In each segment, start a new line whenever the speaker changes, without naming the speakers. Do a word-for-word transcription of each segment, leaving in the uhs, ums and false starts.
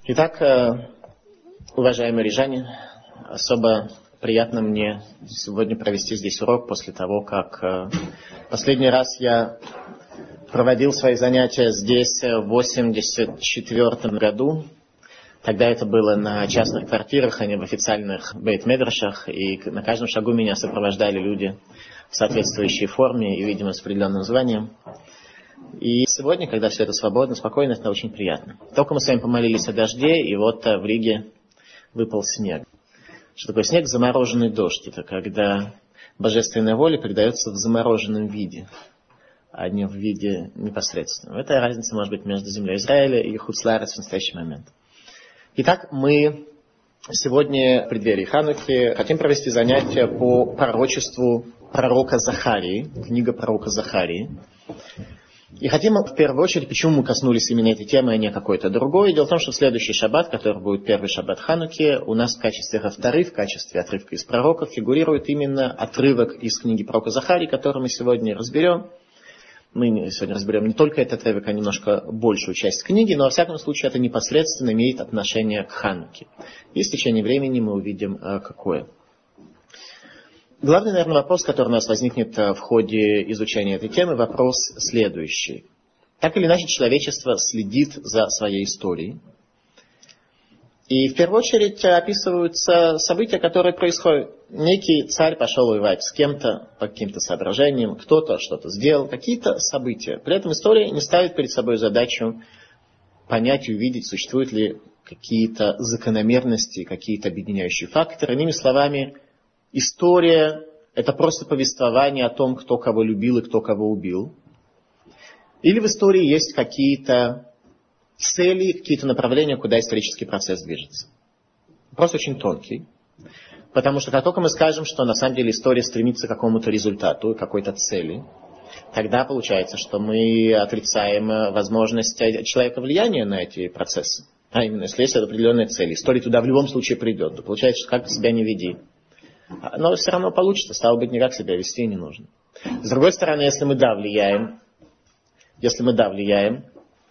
Итак, уважаемые рижане, особо приятно мне сегодня провести здесь урок после того, как последний раз я проводил свои занятия здесь в восемьдесят четвёртом году. Тогда это было на частных квартирах, а не в официальных бейт-медрашах, и на каждом шагу меня сопровождали люди в соответствующей форме и, видимо, с определенным званием. И сегодня, когда все это свободно, спокойно, это очень приятно. Только мы с вами помолились о дожде, и вот в Риге выпал снег. Что такое снег? Замороженный дождь. Это когда божественная воля передается в замороженном виде, а не в виде непосредственного. Это разница может быть между землей Израиля и Хуцлаарец в настоящий момент. Итак, мы сегодня в преддверии Хануки хотим провести занятие по пророчеству пророка Захарии, книга пророка Захарии. И хотим в первую очередь, почему мы коснулись именно этой темы, а не какой-то другой. Дело в том, что в следующий шаббат, который будет первый шаббат Хануки, у нас в качестве хавтары, в качестве отрывка из пророков, фигурирует именно отрывок из книги пророка Захарии, который мы сегодня разберем. Мы сегодня разберем не только этот отрывок, а немножко большую часть книги, но во всяком случае это непосредственно имеет отношение к Хануке. И в течение времени мы увидим, какое. Главный, наверное, вопрос, который у нас возникнет в ходе изучения этой темы, вопрос следующий. Так или иначе, человечество следит за своей историей. И в первую очередь описываются события, которые происходят. Некий царь пошел воевать с кем-то по каким-то соображениям, кто-то что-то сделал, какие-то события. При этом история не ставит перед собой задачу понять и увидеть, существуют ли какие-то закономерности, какие-то объединяющие факторы. Иными словами, история – это просто повествование о том, кто кого любил и кто кого убил. Или в истории есть какие-то цели, какие-то направления, куда исторический процесс движется. Вопрос очень тонкий. Потому что как только мы скажем, что на самом деле история стремится к какому-то результату, какой-то цели, тогда получается, что мы отрицаем возможность человека влияния на эти процессы. А именно, если есть определенная цель, история туда в любом случае придет, то получается, что как ты себя не веди. Но все равно получится, стало быть, никак себя вести не нужно. С другой стороны, если мы да влияем, если мы да влияем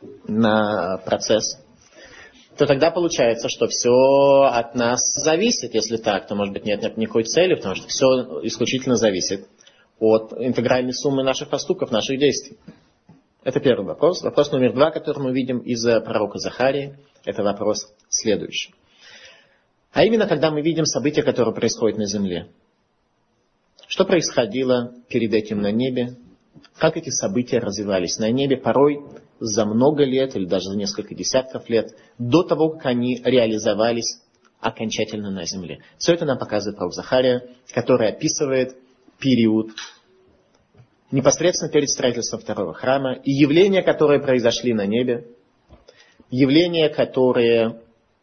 на процесс, то тогда получается, что все от нас зависит. Если так, то, может быть, нет никакой цели, потому что все исключительно зависит от интегральной суммы наших поступков, наших действий. Это первый вопрос. Вопрос номер два, который мы видим из пророка Захарии, это вопрос следующий. А именно, когда мы видим события, которые происходят на земле. Что происходило перед этим на небе? Как эти события развивались на небе, порой за много лет или даже за несколько десятков лет, до того, как они реализовались окончательно на земле. Все это нам показывает пророк Захария, который описывает период непосредственно перед строительством второго храма и явления, которые произошли на небе, явления, которые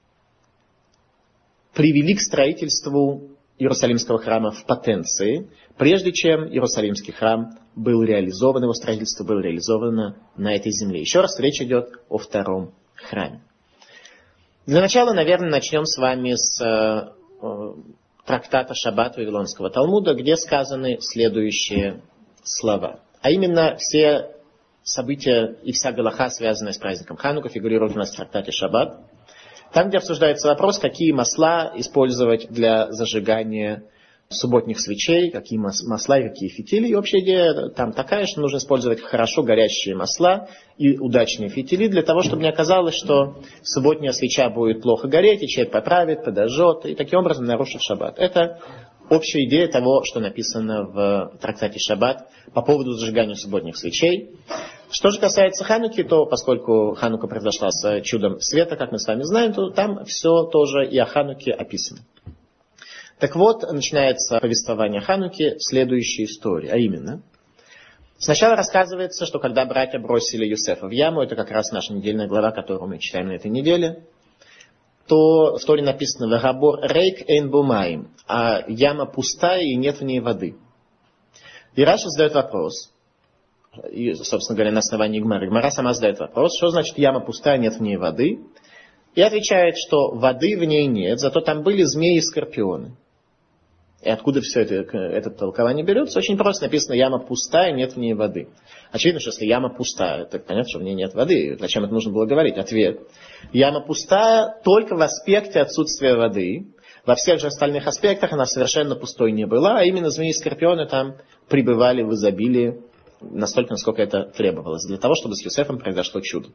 привели к строительству Иерусалимского храма в потенции, прежде чем Иерусалимский храм был реализован, его строительство было реализовано на этой земле. Еще раз речь идет о втором храме. Для начала, наверное, начнем с вами с э, трактата Шаббат Вавилонского Талмуда, где сказаны следующие слова. А именно, все события и вся галаха, связанная с праздником Ханука, фигурируют у нас в трактате Шаббат. Там, где обсуждается вопрос, какие масла использовать для зажигания субботних свечей, какие масла и какие фитили. И общая идея там такая, что нужно использовать хорошо горящие масла и удачные фитили, для того, чтобы не оказалось, что субботняя свеча будет плохо гореть, и человек поправит, подожжет, и таким образом нарушит шаббат. Это общая идея того, что написано в трактате Шаббат по поводу зажигания субботних свечей. Что же касается Хануки, то поскольку Ханука произошла с чудом света, как мы с вами знаем, то там все тоже и о Хануке описано. Так вот, начинается повествование Хануки в следующей истории, а именно, сначала рассказывается, что когда братья бросили Юсефа в яму, это как раз наша недельная глава, которую мы читаем на этой неделе, то в Торе написано «Вегабор рейк эйн бумаим», а яма пустая и нет в ней воды. И Раши задает вопрос, и, собственно говоря, на основании Гмары. Гмара сама задает вопрос, что значит яма пустая, нет в ней воды, и отвечает, что воды в ней нет, зато там были змеи и скорпионы. И откуда все это, это толкование берется? Очень просто написано: яма пустая, нет в ней воды. Очевидно, что если яма пустая, то понятно, что в ней нет воды. Зачем это нужно было говорить? Ответ: яма пустая только в аспекте отсутствия воды. Во всех же остальных аспектах она совершенно пустой не была, а именно змеи и скорпионы там пребывали в изобилии настолько, насколько это требовалось, для того, чтобы с Юсефом произошло чудо.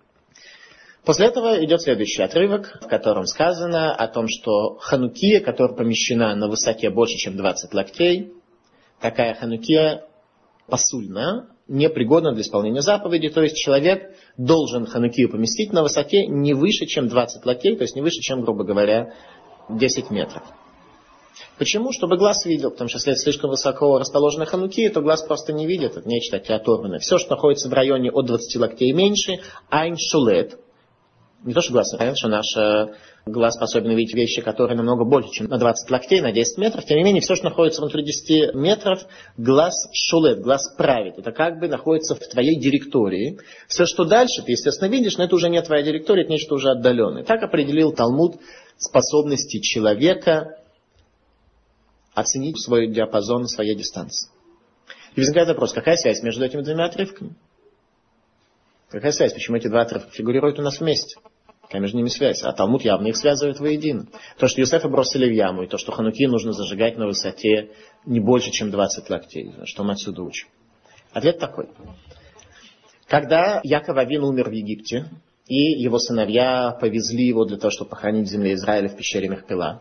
После этого идет следующий отрывок, в котором сказано о том, что ханукия, которая помещена на высоте больше, чем двадцать локтей, такая ханукия пасульна, непригодна для исполнения заповеди, то есть человек должен ханукию поместить на высоте не выше, чем двадцать локтей, то есть не выше, чем, грубо говоря, десять метров. Почему? Чтобы глаз видел, потому что если это слишком высоко расположена ханукия, то глаз просто не видит, это нечто оторванное. Все, что находится в районе от двадцати локтей и меньше, айн шулет. Не то, что глаз, понятно, что наш глаз способен видеть вещи, которые намного больше, чем на двадцать локтей, на десять метров. Тем не менее, все, что находится внутри десяти метров, глаз шулет, глаз правит. Это как бы находится в твоей директории. Все, что дальше, ты, естественно, видишь, но это уже не твоя директория, это нечто уже отдаленное. Так определил Талмуд способности человека оценить свой диапазон, своей дистанции. И возникает вопрос: какая связь между этими двумя отрывками? Какая связь? Почему эти два отрывка фигурируют у нас вместе? Какая между ними связь? А Талмуд явно их связывает воедино. То, что Юсефа бросили в яму, и то, что ханукию нужно зажигать на высоте не больше, чем двадцать локтей. Что мы отсюда учим? Ответ такой. Когда Яков Авину умер в Египте, и его сыновья повезли его для того, чтобы похоронить в земле Израиля в пещере Махпела,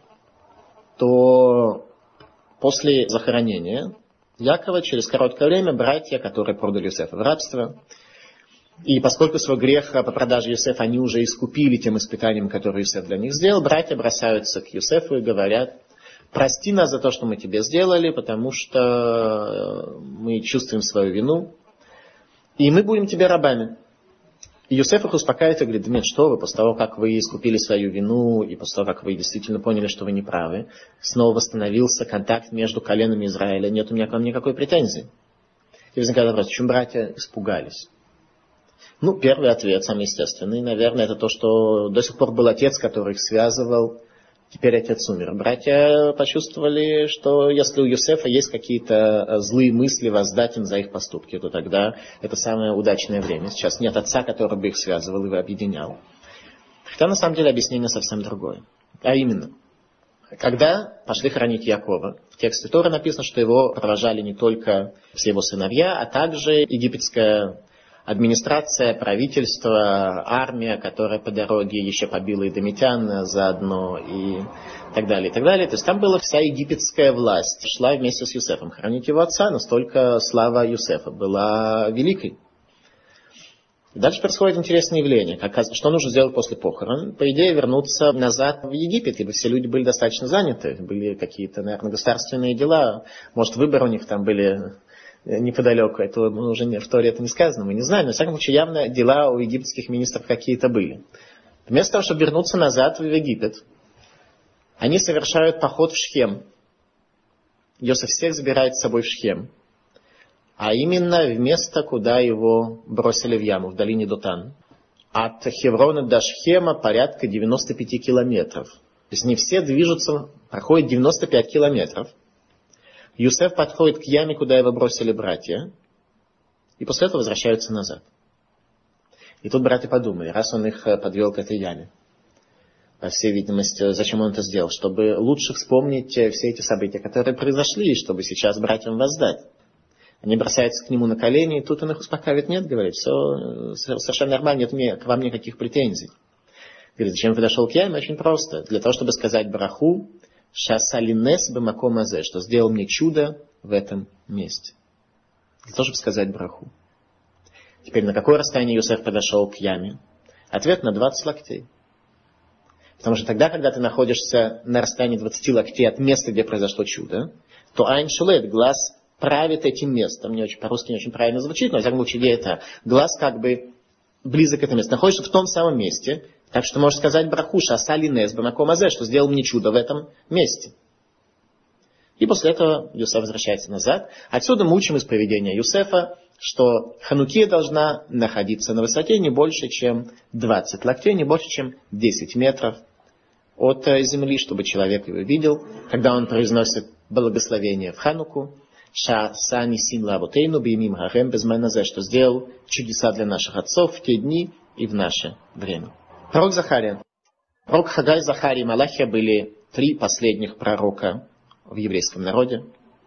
то после захоронения Якова через короткое время братья, которые продали Юсефа в рабство, и поскольку свой грех по продаже Юсефа они уже искупили тем испытанием, которое Юсеф для них сделал, братья бросаются к Юсефу и говорят: прости нас за то, что мы тебе сделали, потому что мы чувствуем свою вину, и мы будем тебе рабами. И Юсеф их успокаивает и говорит: да нет, что вы, после того, как вы искупили свою вину, и после того, как вы действительно поняли, что вы не правы, снова восстановился контакт между коленами Израиля, нет у меня к вам никакой претензии. И возникает вопрос: почему братья испугались? Ну, первый ответ, самый естественный, наверное, это то, что до сих пор был отец, который их связывал, теперь отец умер. Братья почувствовали, что если у Юсефа есть какие-то злые мысли воздать им за их поступки, то тогда это самое удачное время. Сейчас нет отца, который бы их связывал и объединял. Хотя на самом деле объяснение совсем другое. А именно, когда пошли хоронить Якова, в тексте Торы написано, что его провожали не только все его сыновья, а также египетская администрация, правительство, армия, которая по дороге еще побила эдомитян заодно и так далее, и так далее. То есть там была вся египетская власть, шла вместе с Юсефом хоронить его отца, настолько слава Юсефа была великой. И дальше происходит интересное явление. Что нужно сделать после похорон? По идее, вернуться назад в Египет, ибо все люди были достаточно заняты, были какие-то, наверное, государственные дела, может, выборы у них там были неподалеку, это уже не, в Торе это не сказано, мы не знаем, но, во всяком случае, явно дела у египетских министров какие-то были. Вместо того, чтобы вернуться назад в Египет, они совершают поход в Шхем. Йосеф всех забирает с собой в Шхем. А именно в место, куда его бросили в яму, в долине Дотан. От Хеврона до Шхема порядка девяносто пять километров. То есть не все движутся, проходят девяносто пять километров. Юсеф подходит к яме, куда его бросили братья, и после этого возвращаются назад. И тут братья подумали, раз он их подвел к этой яме, по всей видимости, зачем он это сделал? Чтобы лучше вспомнить все эти события, которые произошли, и чтобы сейчас братьям воздать. Они бросаются к нему на колени, и тут он их успокаивает: нет, говорит, все совершенно нормально, нет мне, к вам никаких претензий. Говорит: зачем ты подошел к яме? Очень просто. Для того, чтобы сказать браху, шасалинес бемаком азе, что сделал мне чудо в этом месте. Для того, чтобы сказать браху. Теперь, на какое расстояние Юсеф подошел к яме? Ответ: на двадцать локтей. Потому что тогда, когда ты находишься на расстоянии двадцати локтей от места, где произошло чудо, то айн шулет, глаз правит этим местом. Не очень, по-русски не очень правильно звучит, но, во всяком случае, это глаз как бы близок к этому месту. Находишься в том самом месте, так что можешь сказать браху шасалинес бемаком азе, что сделал мне чудо в этом месте. И после этого Юсеф возвращается назад. Отсюда мы учим из поведения Юсефа, что ханукия должна находиться на высоте не больше, чем двадцать локтей, не больше, чем десять метров от земли, чтобы человек его видел. Когда он произносит благословение в Хануку, Ша Сани Син Лавутейну Бимим Гарем Безмайназе, что сделал чудеса для наших отцов в те дни и в наше время. Пророк Захария. Пророк Хагай, Захарий и Малахия были три последних пророка в еврейском народе.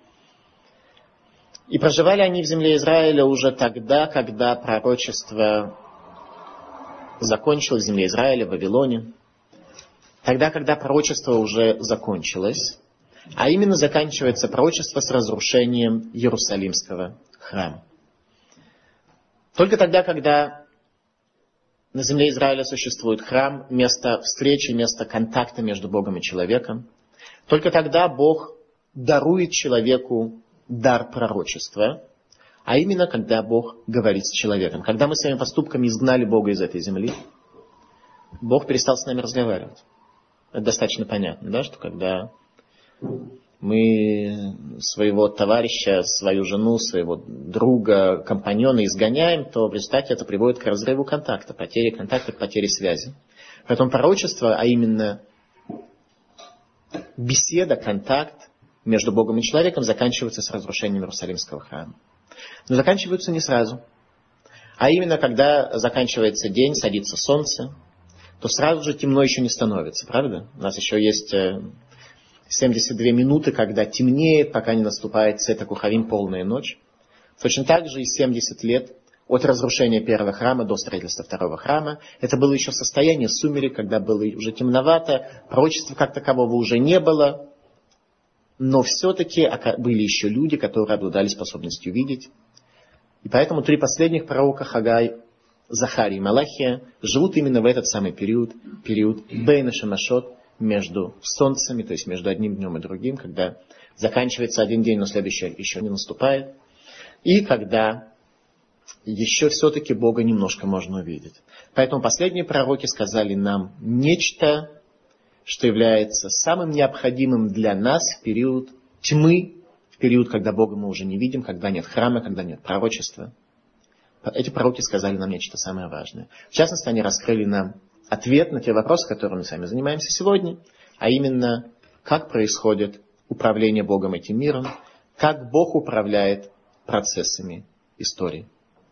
И проживали они в земле Израиля уже тогда, когда пророчество закончилось в земле Израиля, в Вавилоне. Тогда, когда пророчество уже закончилось, а именно заканчивается пророчество с разрушением Иерусалимского храма. Только тогда, когда на земле Израиля существует храм, место встречи, место контакта между Богом и человеком, только тогда Бог дарует человеку дар пророчества, а именно когда Бог говорит с человеком. Когда мы своими поступками изгнали Бога из этой земли, Бог перестал с нами разговаривать. Это достаточно понятно, да, что когда мы своего товарища, свою жену, своего друга, компаньона изгоняем, то в результате это приводит к разрыву контакта, потере контакта, к потере связи. Поэтому пророчество, а именно беседа, контакт между Богом и человеком заканчивается с разрушением Иерусалимского храма. Но заканчиваются не сразу. А именно, когда заканчивается день, садится солнце, то сразу же темно еще не становится, правда? У нас еще есть семьдесят две минуты, когда темнеет, пока не наступает Сета Кухавим, полная ночь. Точно так же и семьдесят лет от разрушения первого храма до строительства второго храма. Это было еще состояние сумерек, когда было уже темновато, пророчества как такового уже не было. Но все-таки были еще люди, которые обладали способностью видеть. И поэтому три последних пророка, Хагай, Захарий и Малахия, живут именно в этот самый период, период Бейна Шамашот, между солнцами, то есть между одним днем и другим, когда заканчивается один день, но следующий еще не наступает. И когда еще все-таки Бога немножко можно увидеть. Поэтому последние пророки сказали нам нечто, что является самым необходимым для нас в период тьмы, в период, когда Бога мы уже не видим, когда нет храма, когда нет пророчества. Эти пророки сказали нам нечто самое важное. В частности, они раскрыли нам ответ на те вопросы, которыми мы с вами занимаемся сегодня, а именно, как происходит управление Богом этим миром, как Бог управляет процессами истории.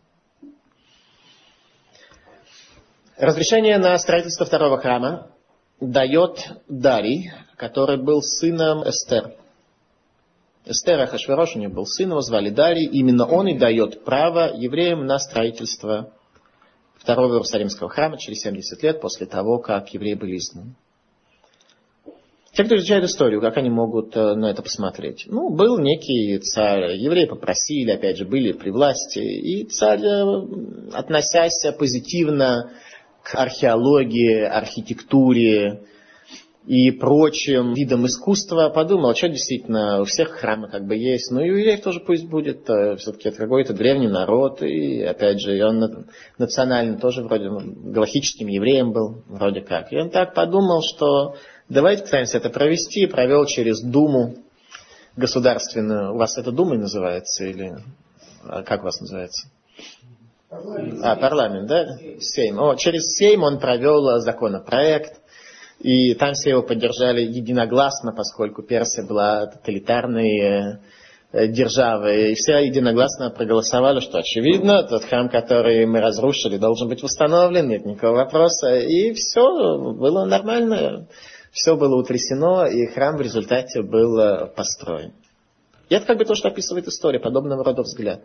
Разрешение на строительство второго храма дает Дарий, который был сыном Эстер. Эстер Ахашверош, у него был сын, его звали Дарий. Именно он и дает право евреям на строительство второго Иерусалимского храма через семьдесят лет после того, как евреи были изгнаны. Те, кто изучает историю, как они могут на это посмотреть? Ну, был некий царь, евреи попросили, опять же, были при власти, и царь, относясь позитивно к археологии, архитектуре и прочим видам искусства, подумал, что действительно у всех храмы как бы есть, ну и у евреев тоже пусть будет, все-таки это какой-то древний народ, и опять же, он национально тоже вроде галахическим евреем был, вроде как. И он так подумал, что давайте пытаемся это провести, провел через Думу государственную. У вас это Думой называется или как у вас называется? Парламент. А, парламент, да? Сейм. О, через Сейм он провел законопроект. И там все его поддержали единогласно, поскольку Персия была тоталитарной э, державой. И все единогласно проголосовали, что очевидно, тот храм, который мы разрушили, должен быть восстановлен, нет никакого вопроса. И все было нормально, все было утрясено, и храм в результате был построен. И это как бы то, что описывает история, подобного рода взгляд.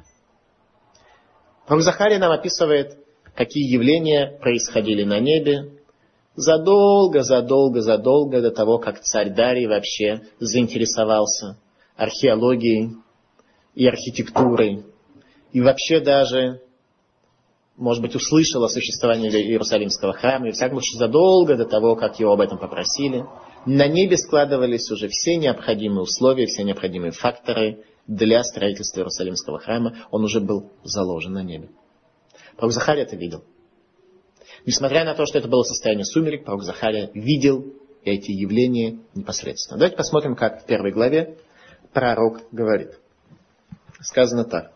Пророк Захария нам описывает, какие явления происходили на небе, Задолго, задолго, задолго до того, как царь Дарий вообще заинтересовался археологией и архитектурой. И вообще даже, может быть, услышал о существовании Иерусалимского храма. И, в всяком случае, задолго до того, как его об этом попросили, на небе складывались уже все необходимые условия, все необходимые факторы для строительства Иерусалимского храма. Он уже был заложен на небе. Пророк Захария это видел. Несмотря на то, что это было состояние сумерек, пророк Захария видел эти явления непосредственно. Давайте посмотрим, как в первой главе пророк говорит. Сказано так.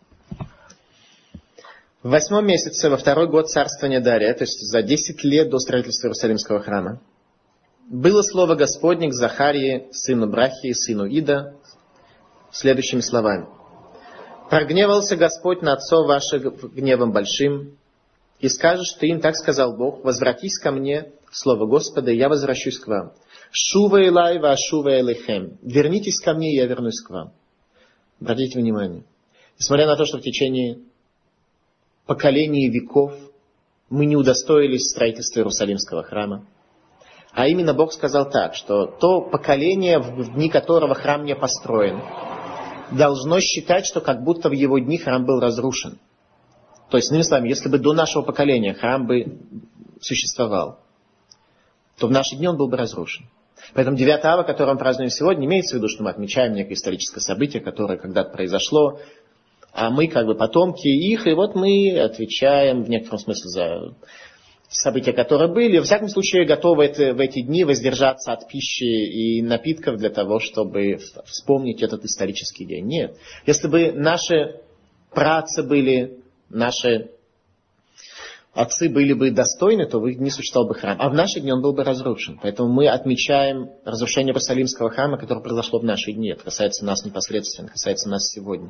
В восьмом месяце, во второй год царствования Дария, то есть за десять лет до строительства Иерусалимского храма, Было слово Господне к Захарии, сыну Брахии, сыну Ида, следующими словами. «Прогневался Господь на отцов ваших гневом большим, и скажешь ты им, так сказал Бог, возвратись ко мне, слово Господа, и я возвращусь к вам. Шува илай ва шува элейхем. Вернитесь ко мне, и я вернусь к вам». Обратите внимание. Несмотря на то, что в течение поколений и веков мы не удостоились строительства Иерусалимского храма, а именно Бог сказал так, что то поколение, в дни которого храм не построен, должно считать, что как будто в его дни храм был разрушен. То есть, иными словами, если бы до нашего поколения храм бы существовал, то в наши дни он был бы разрушен. Поэтому девятое ава, которое мы празднуем сегодня, не имеется в виду, что мы отмечаем некое историческое событие, которое когда-то произошло, а мы как бы потомки их, и вот мы отвечаем в некотором смысле за события, которые были. Во всяком случае, готовы в эти дни воздержаться от пищи и напитков для того, чтобы вспомнить этот исторический день. Нет. Если бы наши праотцы были, наши отцы были бы достойны, то в их дни существовал бы храм. А в наши дни он был бы разрушен. Поэтому мы отмечаем разрушение Иерусалимского храма, которое произошло в наши дни. Это касается нас непосредственно, касается нас сегодня.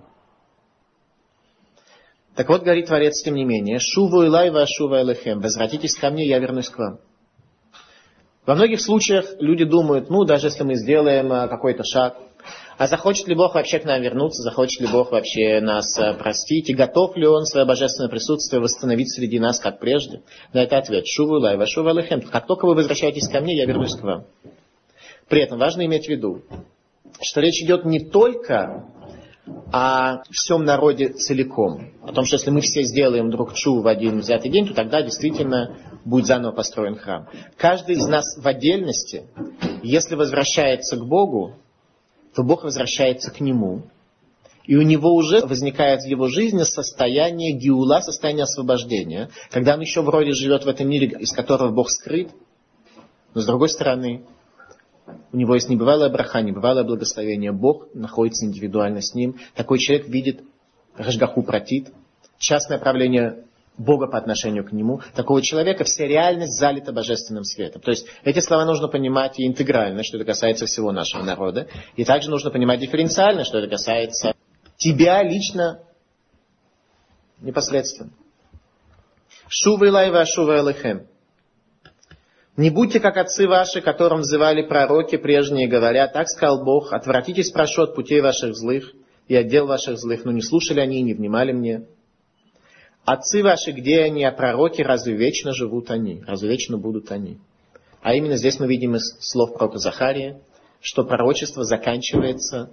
Так вот, говорит Творец, тем не менее, «Шуву илай ва шува элейхем». «Возвратитесь ко мне, я вернусь к вам». Во многих случаях люди думают, ну, даже если мы сделаем какой-то шаг, а захочет ли Бог вообще к нам вернуться, захочет ли Бог вообще нас простить, и готов ли Он свое божественное присутствие восстановить среди нас, как прежде? На это ответ: «Шуву илай ва шува элейхем». Как только вы возвращаетесь ко мне, я вернусь к вам. При этом важно иметь в виду, что речь идет не только о всем народе целиком. О том, что если мы все сделаем друг чу в один взятый день, то тогда действительно будет заново построен храм. Каждый из нас в отдельности, если возвращается к Богу, то Бог возвращается к нему. И у него уже возникает в его жизни состояние геула, состояние освобождения, когда он еще вроде живет в этом мире, из которого Бог скрыт, но с другой стороны, у него есть небывалая браха, небывалое благословение. Бог находится индивидуально с ним. Такой человек видит рашгаху пратит, частное правление Бога по отношению к нему. Такого человека вся реальность залита божественным светом. То есть эти слова нужно понимать и интегрально, что это касается всего нашего народа. И также нужно понимать дифференциально, что это касается тебя лично непосредственно. Шува илай ва шува элейхем. «Не будьте, как отцы ваши, которым взывали пророки прежние, говоря, так сказал Бог, отвратитесь, прошу, от путей ваших злых и от дел ваших злых, но не слушали они и не внимали мне. Отцы ваши, где они, а пророки, разве вечно живут они, разве вечно будут они?» А именно здесь мы видим из слов пророка Захарии, что пророчество заканчивается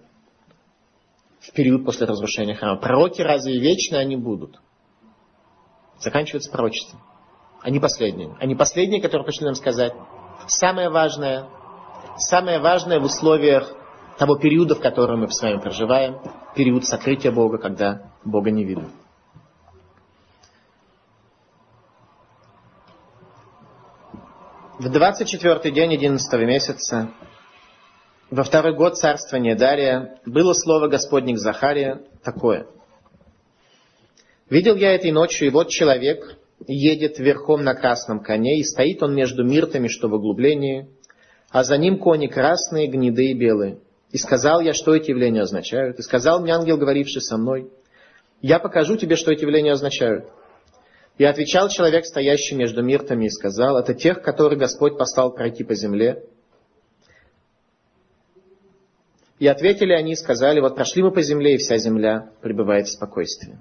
в период после разрушения храма. Пророки разве вечно они будут? Заканчивается пророчество. Они последние. Они последние, которые пришли нам сказать самое важное, самое важное в условиях того периода, в котором мы с вами проживаем, период сокрытия Бога, когда Бога не видно. В двадцать четвёртый день одиннадцатого месяца, во второй год царствования Дария, было слово Господне к Захарии такое. «Видел я этой ночью, и вот человек едет верхом на красном коне, и стоит он между миртами, что в углублении, а за ним кони красные, гнедые и белые. И сказал я, что эти явления означают. И сказал мне ангел, говоривший со мной, я покажу тебе, что эти явления означают. И отвечал человек, стоящий между миртами, и сказал, это тех, которых Господь послал пройти по земле. И ответили они и сказали, вот прошли мы по земле, и вся земля пребывает в спокойствии».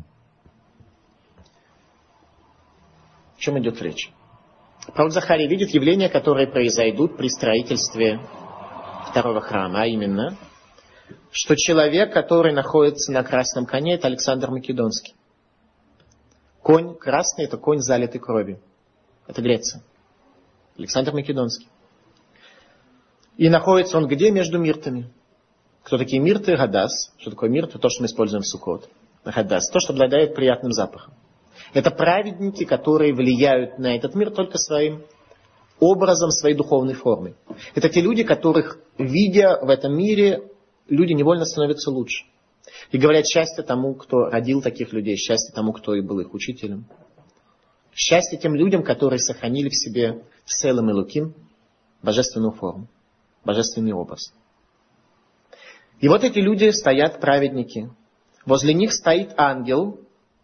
О чем идет речь? Пророк Захария видит явления, которые произойдут при строительстве второго храма, а именно, что человек, который находится на красном коне, это Александр Македонский. Конь красный, это конь, залитый кровью. Это Греция. Александр Македонский. И находится он где? Между миртами. Кто такие мирты? Гадас. Что такое мирт? То, что мы используем в Суккот. Гадас. То, что обладает приятным запахом. Это праведники, которые влияют на этот мир только своим образом, своей духовной формой. Это те люди, которых, видя в этом мире, люди невольно становятся лучше. И говорят, счастье тому, кто родил таких людей, счастье тому, кто и был их учителем. Счастье тем людям, которые сохранили в себе целым Элоким, божественную форму, божественный образ. И вот эти люди стоят, праведники. Возле них стоит ангел,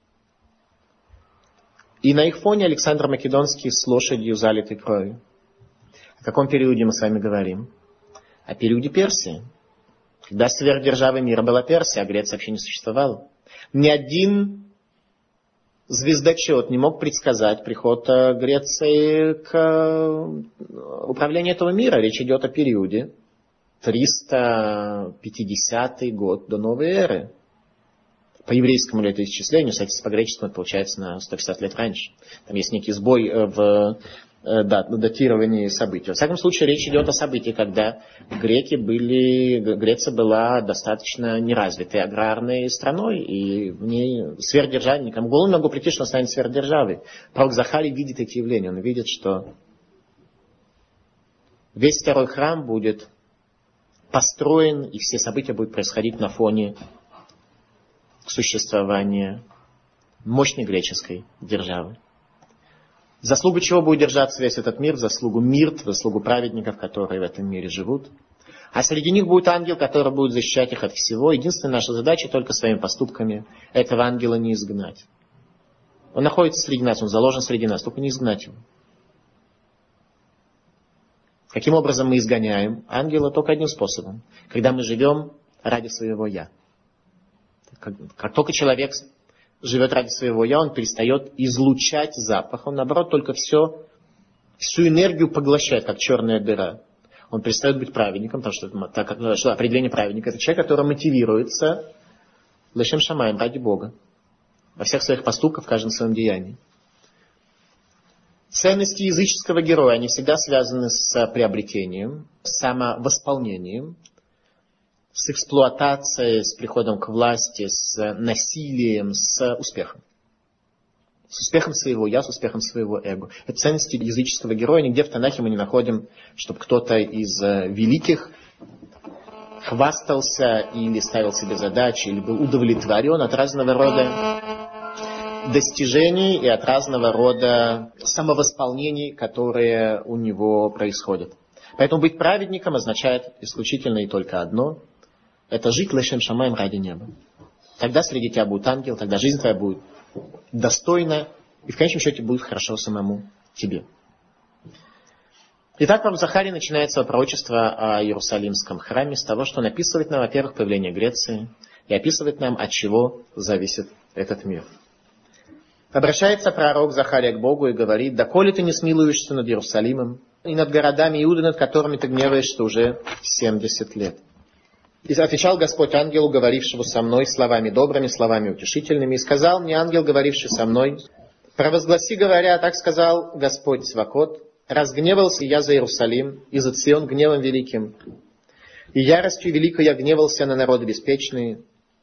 и на их фоне Александр Македонский с лошадью, залитой кровью. О каком периоде мы с вами говорим? О периоде Персии. Когда сверхдержавой мира была Персия, а Греция вообще не существовала. Ни один звездочет не мог предсказать приход Греции к управлению этого мира. Речь идет о периоде триста пятидесятый год до новой эры. По еврейскому летоисчислению, кстати, по греческому это получается на сто пятьдесят лет раньше. Там есть некий сбой в датировании событий. Во всяком случае, речь идет о событии, когда греки были, Греция была достаточно неразвитой аграрной страной, и в ней сверхдержаве, никому в голову не могло прийти, что она станет сверхдержавой. Пророк Захарий видит эти явления, он видит, что весь второй храм будет построен, и все события будут происходить на фоне существования мощной греческой державы. Заслугу чего будет держаться весь этот мир? В заслугу мирт, в заслугу праведников, которые в этом мире живут. А среди них будет ангел, который будет защищать их от всего. Единственная наша задача только своими поступками этого ангела не изгнать. Он находится среди нас, он заложен среди нас, только не изгнать его. Каким образом мы изгоняем ангела? Только одним способом. Когда мы живем ради своего «я». Как, как только человек живет ради своего «я», он перестает излучать запах, он, наоборот, только все, всю энергию поглощает, как черная дыра. Он перестает быть праведником, потому что, так как, что определение праведника — это человек, который мотивируется лешем шамаем, ради Бога, во всех своих поступках, в каждом своем деянии. Ценности языческого героя, они всегда связаны с приобретением, с самовосполнением, с эксплуатацией, с приходом к власти, с насилием, с успехом. С успехом своего «я», с успехом своего эго. Это ценности языческого героя. Нигде в Танахе мы не находим, чтобы кто-то из великих хвастался или ставил себе задачи, или был удовлетворен от разного рода достижений и от разного рода самовосполнений, которые у него происходят. Поэтому быть праведником означает исключительно и только одно – это жить лешем шамаем ради неба. Тогда среди тебя будет ангел, тогда жизнь твоя будет достойна, и в конечном счете будет хорошо самому тебе. Итак, пророк Захарий начинает свое пророчество о Иерусалимском храме с того, что он описывает нам, во-первых, появление Греции, и описывает нам, от чего зависит этот мир. Обращается пророк Захария к Богу и говорит: «Доколе ты не смилуешься над Иерусалимом и над городами Иуды, над которыми ты гневаешься уже семьдесят лет?» И отвечал Господь ангелу, говорившему со мной, словами добрыми, словами утешительными. И сказал мне ангел, говоривший со мной: «Провозгласи, говоря, так сказал Господь Цвакот, разгневался я за Иерусалим, и за Цион гневом великим. И яростью великой я гневался на народы беспечные.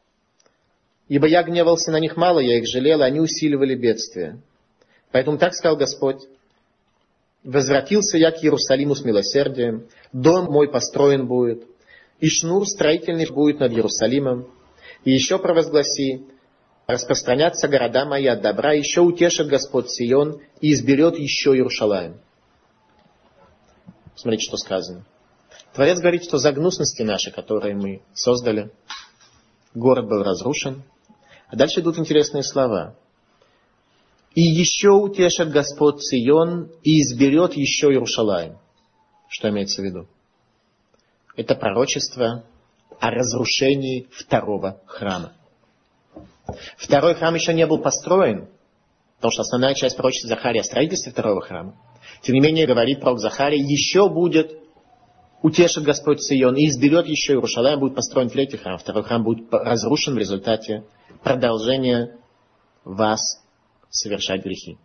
Ибо я гневался на них мало, я их жалел, и они усиливали бедствие. Поэтому так сказал Господь: возвратился я к Иерусалиму с милосердием, дом мой построен будет, и шнур строительный будет над Иерусалимом. И еще провозгласи: распространятся города мои от добра, еще утешит Господь Сион, и изберет еще Иерушалаим». Смотрите, что сказано. Творец говорит, что за гнусности наши, которые мы создали, город был разрушен. А дальше идут интересные слова. «И еще утешит Господь Сион, и изберет еще Иерушалаим». Что имеется в виду? Это пророчество о разрушении второго храма. Второй храм еще не был построен, потому что основная часть пророчества Захария о строительстве второго храма. Тем не менее, говорит пророк Захарий, еще будет утешит Господь Сион, и изберет еще Иерушалаим, будет построен третий храм. Второй храм будет разрушен в результате продолжения вас совершать грехи.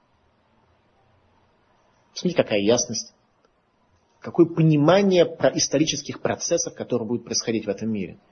Смотрите, какая ясность. Какое понимание про исторических процессов, которые будут происходить в этом мире.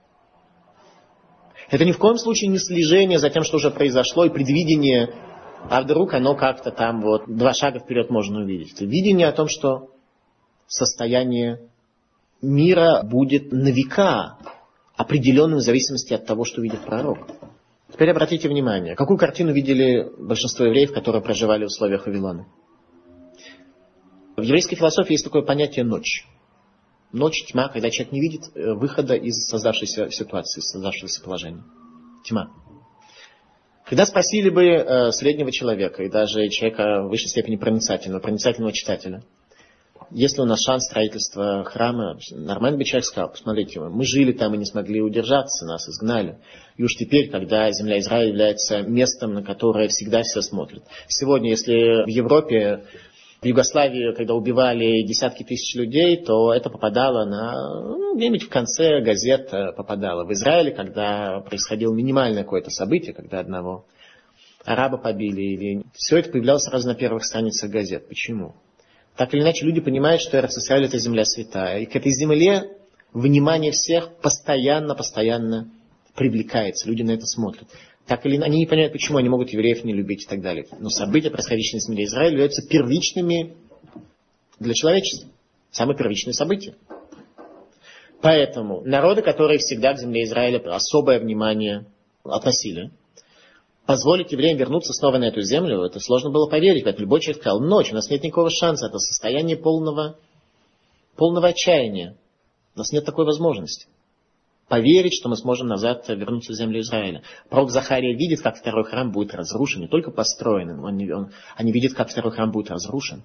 Это ни в коем случае не слежение за тем, что уже произошло, и предвидение, а вдруг оно как-то там вот два шага вперед можно увидеть. Это видение о том, что состояние мира будет на века определенным в зависимости от того, что видит пророк. Теперь обратите внимание, какую картину видели большинство евреев, которые проживали в условиях Вавилона. В еврейской философии есть такое понятие «ночь». Ночь, тьма, когда человек не видит выхода из создавшейся ситуации, из создавшегося положения. Тьма. Когда спросили бы э, среднего человека, и даже человека в высшей степени проницательного, проницательного читателя, есть ли у нас шанс строительства храма, нормальный бы человек сказал: посмотрите, мы жили там и не смогли удержаться, нас изгнали. И уж теперь, когда земля Израиля является местом, на которое всегда все смотрят. Сегодня, если в Европе, в Югославии, когда убивали десятки тысяч людей, то это попадало на, ну, где-нибудь в конце газет попадало. В Израиле, когда происходило минимальное какое-то событие, когда одного араба побили, или все это появлялось сразу на первых страницах газет. Почему? Так или иначе, люди понимают, что Эрец-Исраэль — это земля святая. И к этой земле внимание всех постоянно, постоянно привлекается. Люди на это смотрят. Так или иначе, они не понимают, почему они могут евреев не любить и так далее. Но события, происходящие на земле Израиля, являются первичными для человечества. Самые первичные события. Поэтому народы, которые всегда к земле Израиля особое внимание относили, позволить евреям вернуться снова на эту землю, это сложно было поверить. Поэтому любой человек сказал: ночь, у нас нет никакого шанса, это состояние полного, полного отчаяния. У нас нет такой возможности поверить, что мы сможем назад вернуться в землю Израиля. Пророк Захария видит, как второй храм будет разрушен, не только построен, он, он, они видят, как второй храм будет разрушен.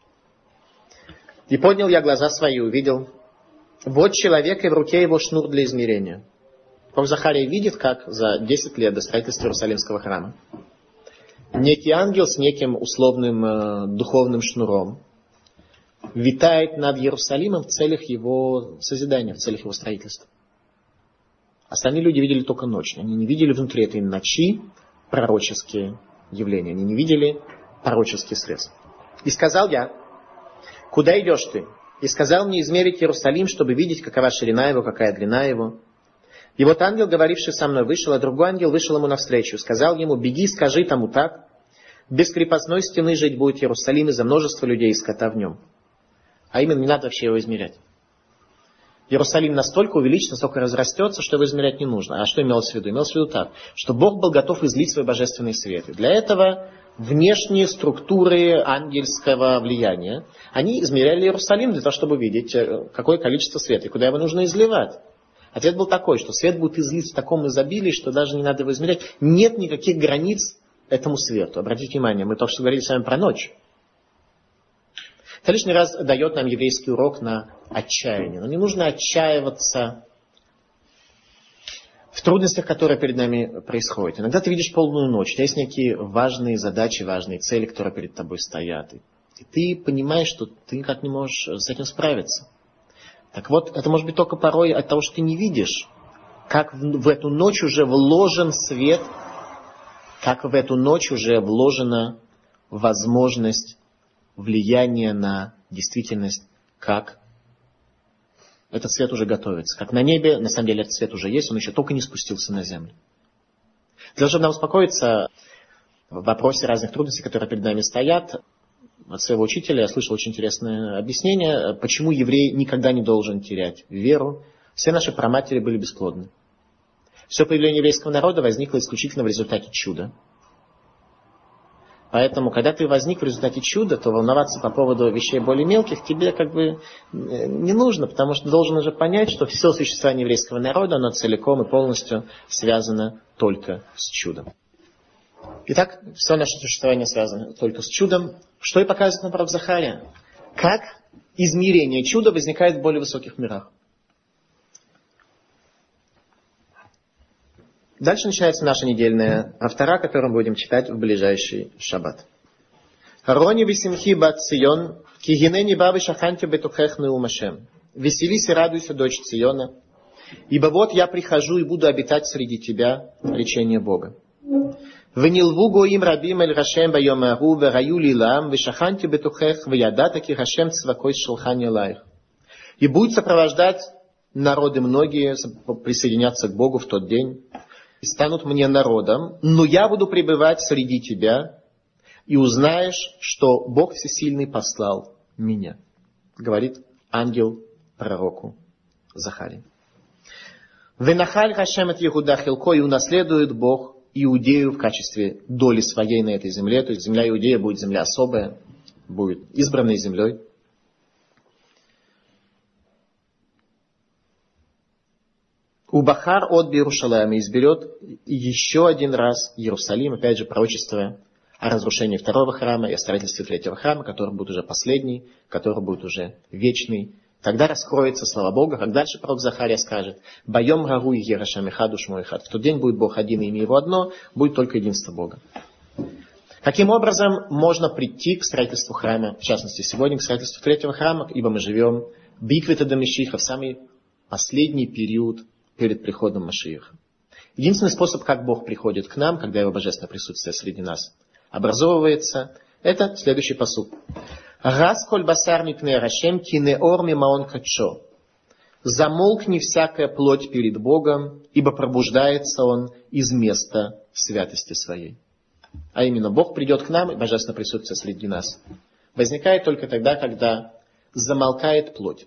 «И поднял я глаза свои и увидел, вот человек, и в руке его шнур для измерения». Пророк Захария видит, как за десять лет до строительства Иерусалимского храма некий ангел с неким условным э, духовным шнуром витает над Иерусалимом в целях его созидания, в целях его строительства. Остальные люди видели только ночь. Они не видели внутри этой ночи пророческие явления. Они не видели пророческие средства. «И сказал я: куда идешь ты? И сказал мне измерить Иерусалим, чтобы видеть, какова ширина его, какая длина его. И вот ангел, говоривший со мной, вышел, а другой ангел вышел ему навстречу. Сказал ему: беги, скажи тому так. Без крепостной стены жить будет Иерусалим из-за множества людей и скота в нем». А именно, не надо вообще его измерять. Иерусалим настолько увеличится, настолько разрастется, что его измерять не нужно. А что имелось в виду? Имелось в виду так, что Бог был готов излить свой божественный свет. И для этого внешние структуры ангельского влияния, они измеряли Иерусалим для того, чтобы видеть, какое количество света и куда его нужно изливать. Ответ был такой, что свет будет излит в таком изобилии, что даже не надо его измерять. Нет никаких границ этому свету. Обратите внимание, мы только что говорили с вами про ночь. Это лишний раз дает нам еврейский урок на отчаяние. Но не нужно отчаиваться в трудностях, которые перед нами происходят. Иногда ты видишь полную ночь, у тебя есть некие важные задачи, важные цели, которые перед тобой стоят. И ты понимаешь, что ты никак не можешь с этим справиться. Так вот, это может быть только порой от того, что ты не видишь, как в, в эту ночь уже вложен свет, как в эту ночь уже вложена возможность влияния на действительность, как этот свет уже готовится. Как на небе, на самом деле этот свет уже есть, он еще только не спустился на землю. Для того, чтобы нам успокоиться в вопросе разных трудностей, которые перед нами стоят, от своего учителя я слышал очень интересное объяснение, почему еврей никогда не должен терять веру. Все наши праматери были бесплодны. Все появление еврейского народа возникло исключительно в результате чуда. Поэтому, когда ты возник в результате чуда, то волноваться по поводу вещей более мелких тебе как бы не нужно, потому что ты должен уже понять, что все существование еврейского народа, оно целиком и полностью связано только с чудом. Итак, все наше существование связано только с чудом, что и показывает нам пророк Захария. Как измерение чуда возникает в более высоких мирах. Дальше начинается наша недельная автора, которую мы будем читать в ближайший шаббат. Рони висимхи бат Цион, кигинени бабы шаханти бетухех неумашем. Веселись и радуйся, дочь Циона, ибо вот я прихожу и буду обитать среди тебя, речение Бога. Венилву гоим рабим эль Рашем байом ару, вераю лилам, вешаханти бетухех, веядата ки Рашем цвакой шелхани лайх. И будет сопровождать народы многие, присоединятся к Богу в тот день, и станут мне народом, но я буду пребывать среди тебя, и узнаешь, что Бог Всесильный послал меня. Говорит ангел пророку Захарии. Венахаль Хашем от Егуда Хилко, и унаследует Бог Иудею в качестве доли своей на этой земле. То есть земля Иудея будет земля особая, будет избранной землей. Убахар от Иерушалаема изберет еще один раз Иерусалим, опять же, пророчество о разрушении второго храма и о строительстве третьего храма, который будет уже последний, который будет уже вечный. Тогда раскроется слава Бога, как дальше пророк Захария скажет: «Байом рагу и ерашам ихаду шмо ихад». В тот день будет Бог один и имя его одно, будет только единство Бога. Каким образом можно прийти к строительству храма, в частности сегодня к строительству третьего храма, ибо мы живем биквита до Мешиха, в самый последний период перед приходом Машиаха. Единственный способ, как Бог приходит к нам, когда Его божественное присутствие среди нас образовывается, это следующий пасук. «Раз коль басар мипней рашем кинеор мимаон качо». «Замолкни всякая плоть перед Богом, ибо пробуждается Он из места святости своей». А именно, Бог придет к нам, и божественное присутствие среди нас возникает только тогда, когда замолкает плоть.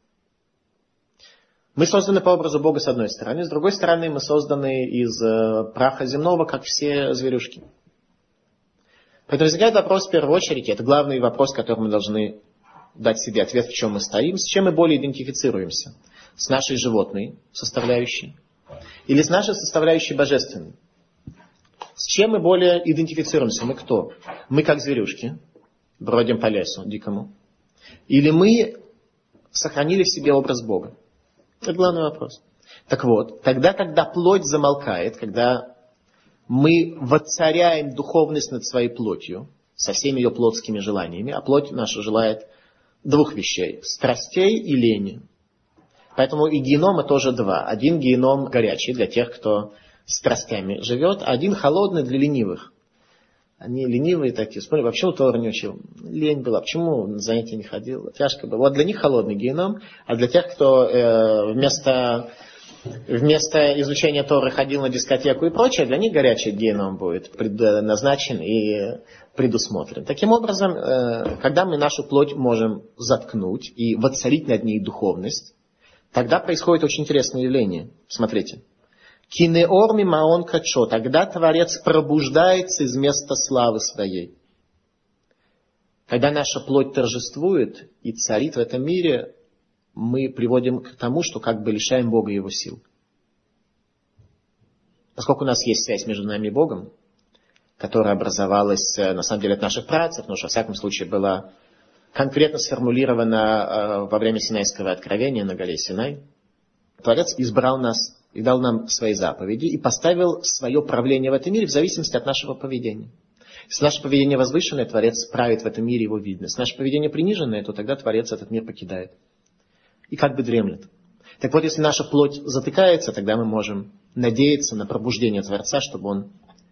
Мы созданы по образу Бога с одной стороны, с другой стороны мы созданы из праха земного, как все зверюшки. Поэтому возникает вопрос в первую очередь, это главный вопрос, который мы должны дать себе ответ, в чем мы стоим, с чем мы более идентифицируемся. С нашей животной составляющей или с нашей составляющей божественной. С чем мы более идентифицируемся? Мы кто? Мы как зверюшки, бродим по лесу дикому. Или мы сохранили в себе образ Бога? Это главный вопрос. Так вот, тогда, когда плоть замолкает, когда мы воцаряем духовность над своей плотью, со всеми ее плотскими желаниями, а плоть наша желает двух вещей – страстей и лени. Поэтому и генома тоже два. Один геном горячий для тех, кто страстями живет, а один холодный для ленивых. Они ленивые такие. Вспомнили, вообще у Торы не учил. Лень была. Почему на занятия не ходил? Тяжко было. Вот для них холодный геном, а для тех, кто э, вместо, вместо изучения Торы ходил на дискотеку и прочее, для них горячий геном будет предназначен и предусмотрен. Таким образом, э, когда мы нашу плоть можем заткнуть и воцарить над ней духовность, тогда происходит очень интересное явление. Смотрите. Кинеор мимаон качо. Тогда Творец пробуждается из места славы своей. Когда наша плоть торжествует и царит в этом мире, мы приводим к тому, что как бы лишаем Бога его сил. Поскольку у нас есть связь между нами и Богом, которая образовалась, на самом деле, от наших працев, но что, во всяком случае, была конкретно сформулирована во время Синайского откровения на горе Синай, Творец избрал нас и дал нам свои заповеди, и поставил свое правление в этом мире в зависимости от нашего поведения. Если наше поведение возвышенное, Творец правит в этом мире, его видно. Если наше поведение приниженное, то тогда Творец этот мир покидает. И как бы дремлет. Так вот, если наша плоть затыкается, тогда мы можем надеяться на пробуждение Творца, чтобы он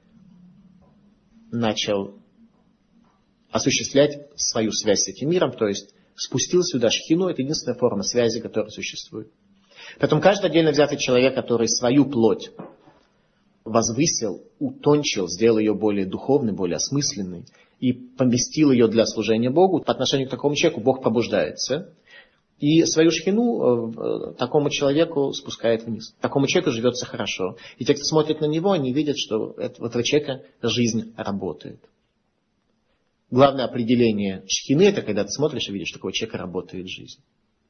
начал осуществлять свою связь с этим миром, то есть спустил сюда шхину, это единственная форма связи, которая существует. Поэтому каждый отдельно взятый человек, который свою плоть возвысил, утончил, сделал ее более духовной, более осмысленной и поместил ее для служения Богу, по отношению к такому человеку Бог пробуждается и свою шхину такому человеку спускает вниз. Такому человеку живется хорошо. И те, кто смотрит на него, они видят, что у этого человека жизнь работает. Главное определение шхины – это когда ты смотришь и видишь, что такого человека работает жизнь.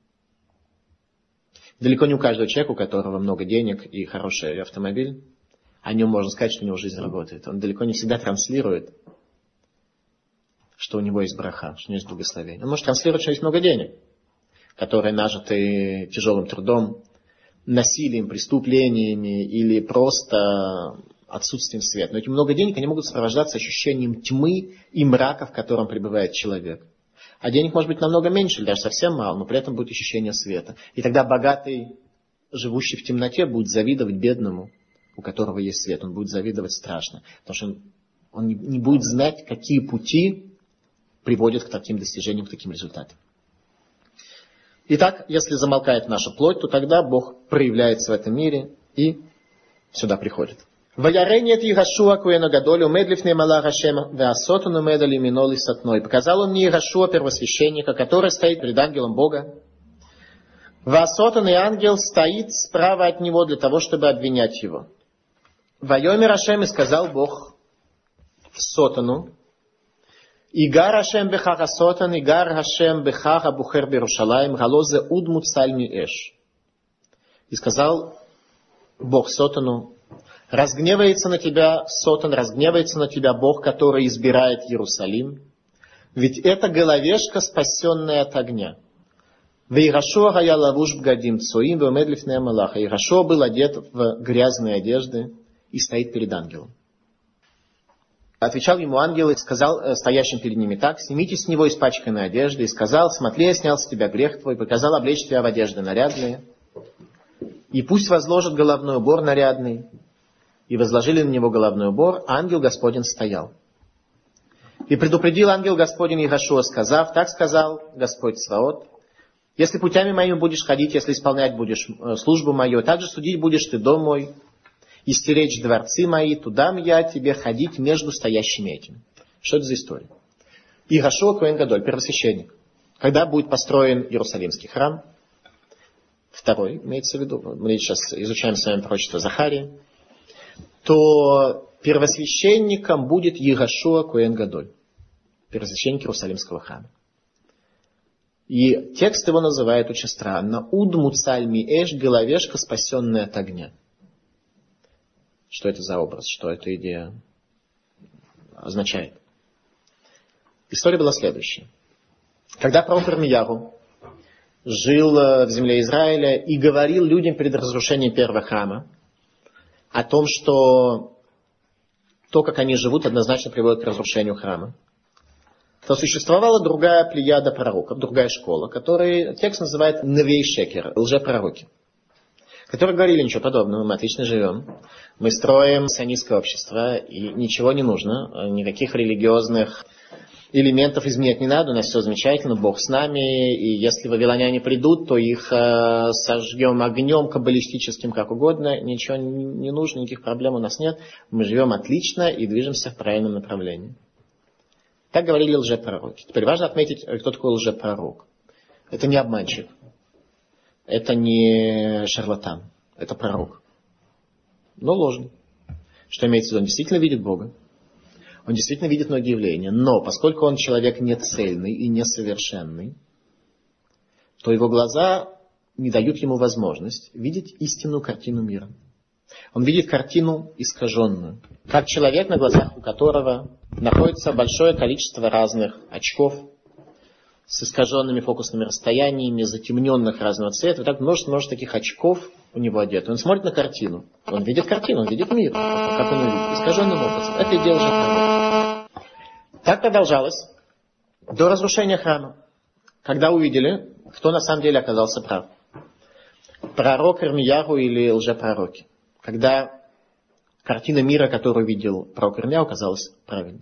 Далеко не у каждого человека, у которого много денег и хороший автомобиль, о нем можно сказать, что у него жизнь работает. Он далеко не всегда транслирует, что у него есть браха, что у него есть благословение. Он может транслировать, что есть много денег, которые нажиты тяжелым трудом, насилием, преступлениями или просто отсутствием света. Но эти много денег, они могут сопровождаться ощущением тьмы и мрака, в котором пребывает человек. А денег может быть намного меньше, или даже совсем мало, но при этом будет ощущение света. И тогда богатый, живущий в темноте, будет завидовать бедному, у которого есть свет. Он будет завидовать страшно. Потому что он, он не будет знать, какие пути приводят к таким достижениям, к таким результатам. Итак, если замолкает наша плоть, то тогда Бог проявляется в этом мире и сюда приходит. «Ваяренет Егошуа Куэна Гадоль умед лифней Малах Ашем веасотун умед али миноли сатной». Показал он мне Егошуа, первосвященника, который стоит перед ангелом Бога. Веасотун, и ангел стоит справа от него для того, чтобы обвинять его. «Вайомер Ашем», и сказал Бог Сотану: «Игар Ашем бехаха Сотан, игар Ашем бехаха бухер Берушалаим, галозе удмут сальми эш». И сказал Бог Сотану, разгневается на тебя Сотан, разгневается на тебя Бог, который избирает Иерусалим. Ведь это головешка, спасенная от огня. Вейрашо гая лавуш бгадим цуим вемед лифней малаха. Ирашо был одет в грязные одежды и стоит перед ангелом. Отвечал ему ангел и сказал стоящим перед ними так: снимите с него испачканные одежды. И сказал: смотри, я снял с тебя грех твой, приказал облечь тебя в одежды нарядные. И пусть возложит головной убор нарядный. И возложили на него головной убор, а ангел Господень стоял. И предупредил ангел Господень Ирашуа, сказав: так сказал Господь Цваот: если путями моими будешь ходить, если исполнять будешь службу мою, также судить будешь ты дом мой, и стеречь дворцы мои, туда я тебе ходить между стоящими этими. Что это за история? Ирашуа Коэн Гадоль, первосвященник. Когда будет построен Иерусалимский храм? Второй, имеется в виду, мы сейчас изучаем с вами пророчество Захарии, то первосвященником будет Ирашуа Коэн Гадоль, первосвященник Иерусалимского храма. И текст его называет очень странно: «Уд муцаль ми эш», головешка, спасенная от огня. Что это за образ? Что эта идея означает? История была следующая. Когда пророк Ирмияру жил в земле Израиля и говорил людям перед разрушением первого храма о том, что то, как они живут, однозначно приводит к разрушению храма, то существовала другая плеяда пророков, другая школа, которую текст называет «Невей Шекер», лжепророки, которые говорили: ничего подобного, мы отлично живем, мы строим сионистское общество, и ничего не нужно, никаких религиозных элементов изменять не надо, у нас все замечательно, Бог с нами, и если вавилоняне придут, то их э, сожгем огнем каббалистическим, как угодно, ничего не нужно, никаких проблем у нас нет, мы живем отлично и движемся в правильном направлении. Так говорили лжепророки. Теперь важно отметить, кто такой лжепророк. Это не обманщик, это не шарлатан, это пророк, но ложный. Что имеется в виду? Он действительно видит Бога. Он действительно видит многие явления, но поскольку он человек нецельный и несовершенный, то его глаза не дают ему возможность видеть истинную картину мира. Он видит картину искаженную, как человек, на глазах у которого находится большое количество разных очков с искаженными фокусными расстояниями, затемненных разного цвета. Вот так множество, множество таких очков у него одето. Он смотрит на картину, он видит картину, он видит мир, как он видит, искаженным образом. Это и дело лжепророка. Так продолжалось до разрушения храма, когда увидели, кто на самом деле оказался прав. Пророк Ирмияру или лжепророки. Когда картина мира, которую видел пророк Ирмияру, оказалась правильной.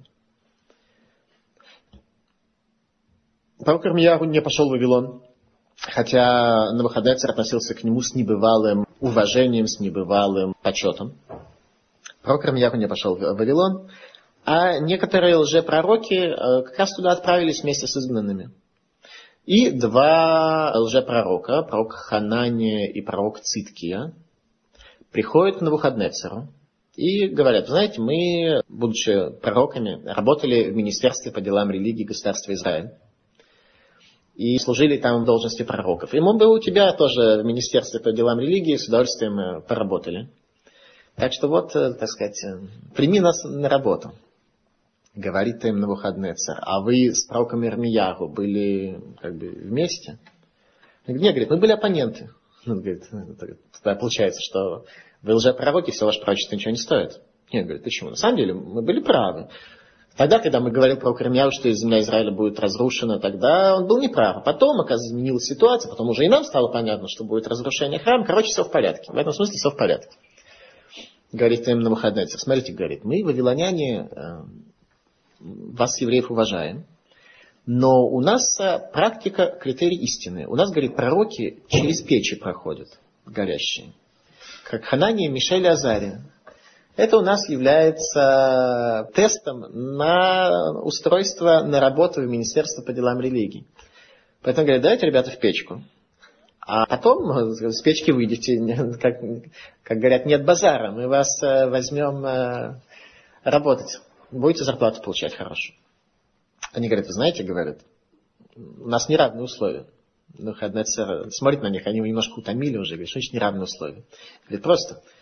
Пророк Ирмияру не пошел в Вавилон, хотя Навуходоносор относился к нему с небывалым уважением, с небывалым почетом. Пророк Ирмияру не пошел в Вавилон, а некоторые лжепророки как раз туда отправились вместе с изгнанными. И два лжепророка, пророк Ханания и пророк Циткия, приходят к Навуходоносору и говорят: знаете, мы, будучи пророками, работали в Министерстве по делам религии государства Израиль. И служили там в должности пророков. И мы бы у тебя тоже в Министерстве по делам религии с удовольствием поработали. Так что вот, так сказать, прими нас на работу. Говорит им Навуходоносор: а вы с пророком Ирмияру были как бы вместе? Нет, говорит, мы были оппоненты. Он говорит, получается, что вы лжепророки, все ваше пророчество ничего не стоит. Нет, говорит, почему? На самом деле мы были правы. Тогда, когда мы говорили про Ирмияру, что земля Израиля будет разрушена, тогда он был неправ. А потом, оказывается, изменилась ситуация, потом уже и нам стало понятно, что будет разрушение храма. Короче, все в порядке. В этом смысле все в порядке. Говорит им Навуходоносор: смотрите, говорит, мы, вавилоняне, вас, евреев, уважаем, но у нас практика, критерий истины. У нас, говорит, пророки через печи проходят горящие, как Ханания, Мишель и Азария. Это у нас является тестом на устройство на работу в Министерство по делам религии. Поэтому говорят: давайте, ребята, в печку. А потом с печки выйдете, как, как говорят, нет базара, мы вас возьмем работать. Будете зарплату получать хорошую. Они говорят: вы знаете, говорят, у нас неравные условия. Навуходоносор смотрит на них, они его немножко утомили уже, говорит: что значит неравные условия? Говорит: просто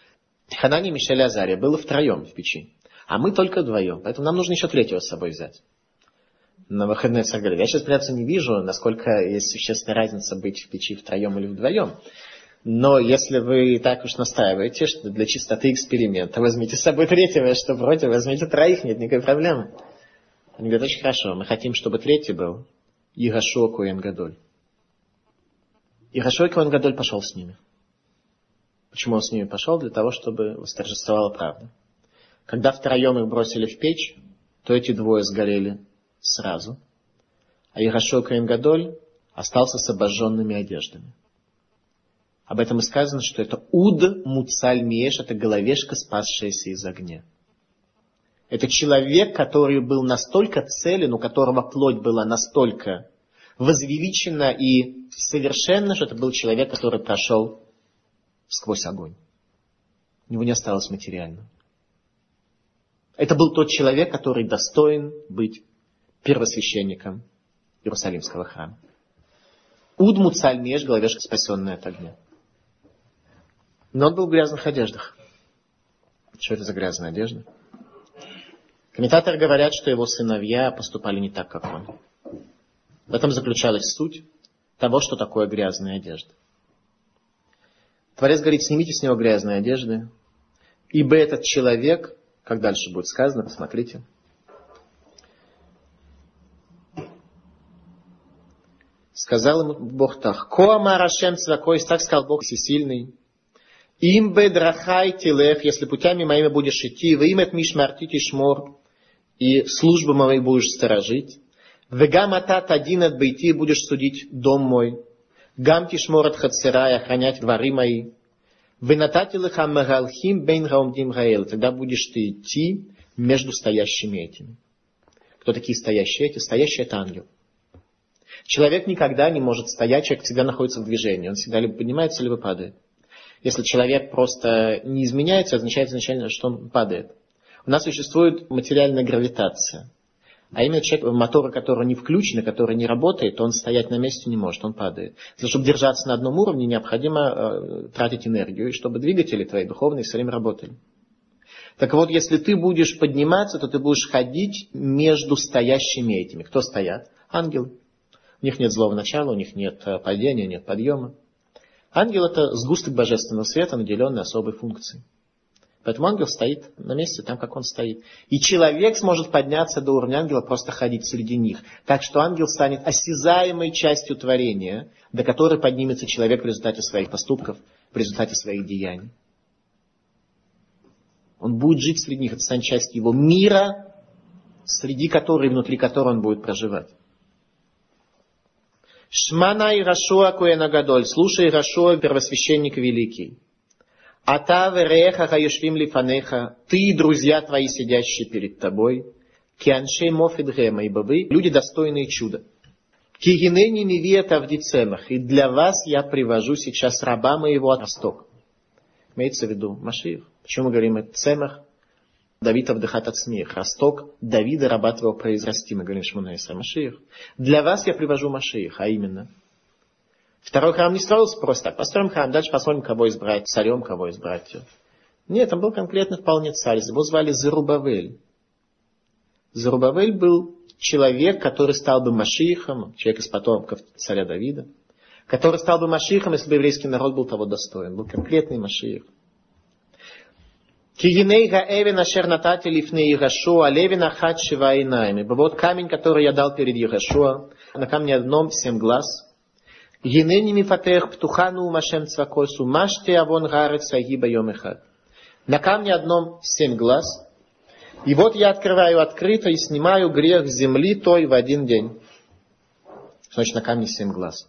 Ханани, Мишель и Азария было втроем в печи. А мы только вдвоем. Поэтому нам нужно еще третьего с собой взять. На выходные царь говорит, я сейчас, признаться, не вижу, насколько есть существенная разница быть в печи втроем или вдвоем. Но если вы так уж настаиваете, что для чистоты эксперимента возьмите с собой третьего, что против, возьмите троих, нет никакой проблемы. Они говорят, очень хорошо, мы хотим, чтобы третий был Йеошуа Коэн Гадоль. Йеошуа Коэн Гадоль пошел с ними. Почему он с ними пошел? Для того, чтобы восторжествовала правда. Когда втроем их бросили в печь, то эти двое сгорели сразу, а Йеошуа Коэн Гадоль остался с обожженными одеждами. Об этом и сказано, что это Уд Муцаль Миеш, это головешка, спасшаяся из огня. Это человек, который был настолько целен, у которого плоть была настолько возвеличена и совершенна, что это был человек, который прошел сквозь огонь. У него не осталось материального. Это был тот человек, который достоин быть первосвященником Иерусалимского храма. Уд Муцаль Миеш, головешка, спасенная от огня. Но он был в грязных одеждах. Что это за грязная одежда? Комментаторы говорят, что его сыновья поступали не так, как он. В этом заключалась суть того, что такое грязная одежда. Творец говорит, снимите с него грязные одежды, ибо этот человек, как дальше будет сказано, посмотрите. Сказал ему Бог так, «Ко амар Ашем цвакой», так сказал Бог всесильный, «Им бедрахай тилех», если путями моими будешь идти, «Вы имет мишмарти тишмор», и службу мою будешь сторожить, «Вегам атат один от бейти», будешь судить дом мой, «Гам тишмор от хацерай», охранять дворы мои, «Венатати леха мегалхим бейн гаумдим гаэл», тогда будешь ты идти между стоящими этими. Кто такие стоящие эти? Стоящий — это ангел. Человек никогда не может стоять, человек всегда находится в движении, он всегда либо поднимается, либо падает. Если человек просто не изменяется, означает изначально, что он падает. У нас существует материальная гравитация. А именно человек, мотор, который не включен, который не работает, он стоять на месте не может, он падает. Для того, чтобы держаться на одном уровне, необходимо э, тратить энергию, и чтобы двигатели твои духовные все время работали. Так вот, если ты будешь подниматься, то ты будешь ходить между стоящими этими. Кто стоят? Ангелы. У них нет злого начала, у них нет падения, нет подъема. Ангел — это сгусток божественного света, наделенный особой функцией. Поэтому ангел стоит на месте, там, как он стоит. И человек сможет подняться до уровня ангела, просто ходить среди них. Так что ангел станет осязаемой частью творения, до которой поднимется человек в результате своих поступков, в результате своих деяний. Он будет жить среди них, это станет частью его мира, среди которой, внутри которого он будет проживать. Шмана Йеошуа Коэн Гадоль, слушай, Йеошуа, первосвященник великий. Ата вереха хаюшвим лифанеха, ты и друзья твои, сидящие перед тобой, ки аншей мофид гема, ибо вы люди, достойные чуда. Ки гинени мивиет авдицемах, и для вас я привожу сейчас раба моего от востока. Имеется в виду Машиах. Почему мы говорим это цемах? Давид Авдыхат Ацмиях, росток Давида, раба твоего, произрасти. Мы говорим Шмона Исра Машиах. Для вас я привожу Машиах, а именно. Второй храм не строился просто так. Построим храм, дальше посмотрим, кого избрать царем, кого избрать. Нет, там был конкретно вполне царь. Его звали Зерубавель. Зерубавель был человек, который стал бы Машиахом, человек из потомков царя Давида, который стал бы Машиахом, если бы еврейский народ был того достоин. Был конкретный Машиах. Кигинейга Эвен Ашер Натати Лифней Йеошуа, Левин Ахат Шива Инайми. Вот камень, который я дал перед Йеошуа, на камне одном семь глаз. Гинени Мифатех Птухану Машем Цвакосу, Маште Авон Гарец Агиба Йомехат. На камне одном семь глаз. И вот я открываю открыто и снимаю грех с земли той в один день. Что значит на камне семь глаз?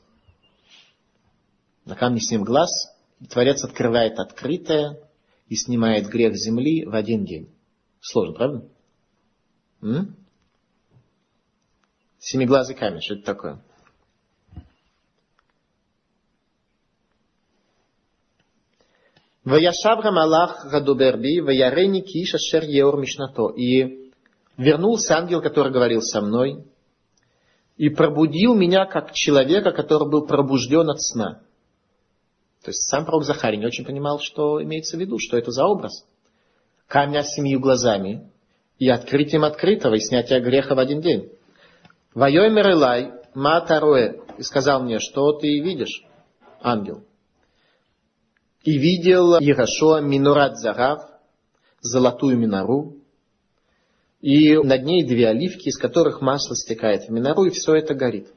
На камне семь глаз Творец открывает открытое и снимает грех земли в один день. Сложно, правда? М? Семиглазый камень, что это такое? Ваяшабра Малах Гадуберби, Ваярени Киш Ашер Еор Мишнато. И вернулся ангел, который говорил со мной, и пробудил меня как человека, который был пробужден от сна. То есть сам пророк Захарий не очень понимал, что имеется в виду, что это за образ. Камня с семью глазами и открытием открытого, и снятие греха в один день. Вайомер Элай ма тароэ, и сказал мне, что ты видишь, ангел. И видел Ярошуа минорат зарав, золотую минору, и над ней две оливки, из которых масло стекает в минору, и все это горит.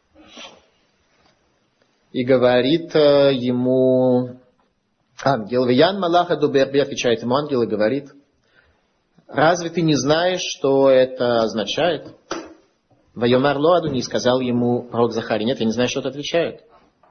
И говорит ему ангел, Виян Малаха Дуберби, отвечает ему ангел и говорит, разве ты не знаешь, что это означает? Вайомар Лоадуни, сказал ему пророк Захарий, нет, я не знаю, что это отвечает.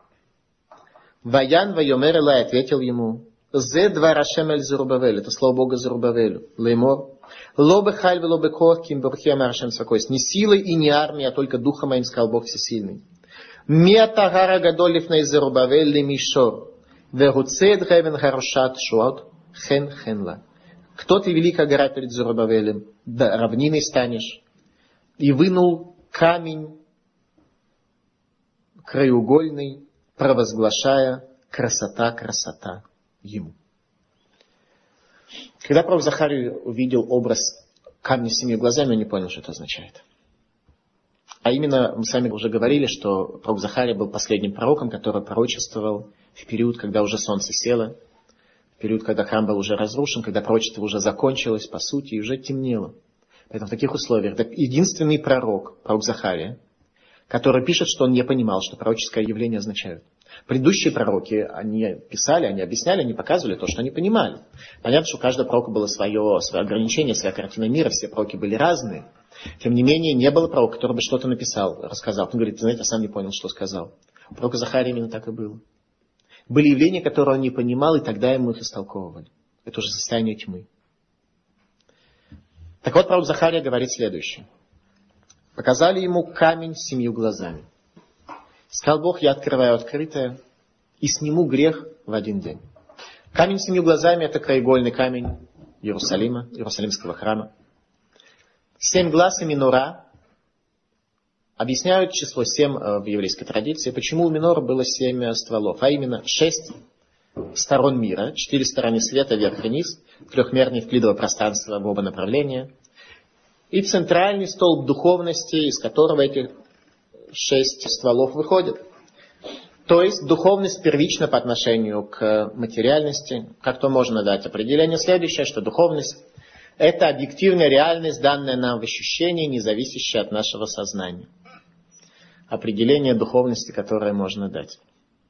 Ваян Вайомер Элай ответил ему, Зе два Рашем эль Зарубавель, это слово Бога Зарубавелю, Леймор, Лобе халь лобе кох, ким бурхи амаршем спокойствие. Не силой и не армией, а только духом моим, сказал Бог Всесильный. Миатагара гадолев на Зарубавель ли мишор, веруцед хевен харушат шуат хен хенла. Кто ты, великая гора перед Зарубавелем, да равниной станешь. И вынул камень краеугольный, провозглашая красота, красота ему. Когда пророк Захарий увидел образ камня с семью глазами, он не понял, что это означает. А именно, мы с вами уже говорили, что пророк Захарий был последним пророком, который пророчествовал в период, когда уже солнце село, в период, когда храм был уже разрушен, когда пророчество уже закончилось, по сути, и уже темнело. Поэтому в таких условиях это единственный пророк, пророк Захария, который пишет, что он не понимал, что пророческое явление означает. Предыдущие пророки, они писали, они объясняли, они показывали то, что они понимали. Понятно, что у каждого пророка было свое, свое ограничение, своя картина мира, все пророки были разные. Тем не менее, не было пророка, который бы что-то написал, рассказал. Он говорит, знаете, я сам не понял, что сказал. У пророка Захария именно так и было. Были явления, которые он не понимал, и тогда ему их истолковывали. Это уже состояние тьмы. Так вот, пророк Захария говорит следующее. Показали ему камень с семью глазами. Сказал Бог, я открываю открытое и сниму грех в один день. Камень с семью глазами — это краеугольный камень Иерусалима, Иерусалимского храма. Семь глаз и минора объясняют число семь в еврейской традиции. Почему у минора было семь стволов? А именно шесть сторон мира, четыре стороны света, вверх и низ, трехмерное евклидово пространство в оба направления. И центральный столб духовности, из которого эти шесть стволов выходят. То есть духовность первична по отношению к материальности. Как то можно дать определение следующее, что духовность — это объективная реальность, данная нам в ощущении, не зависящая от нашего сознания. Определение духовности, которое можно дать.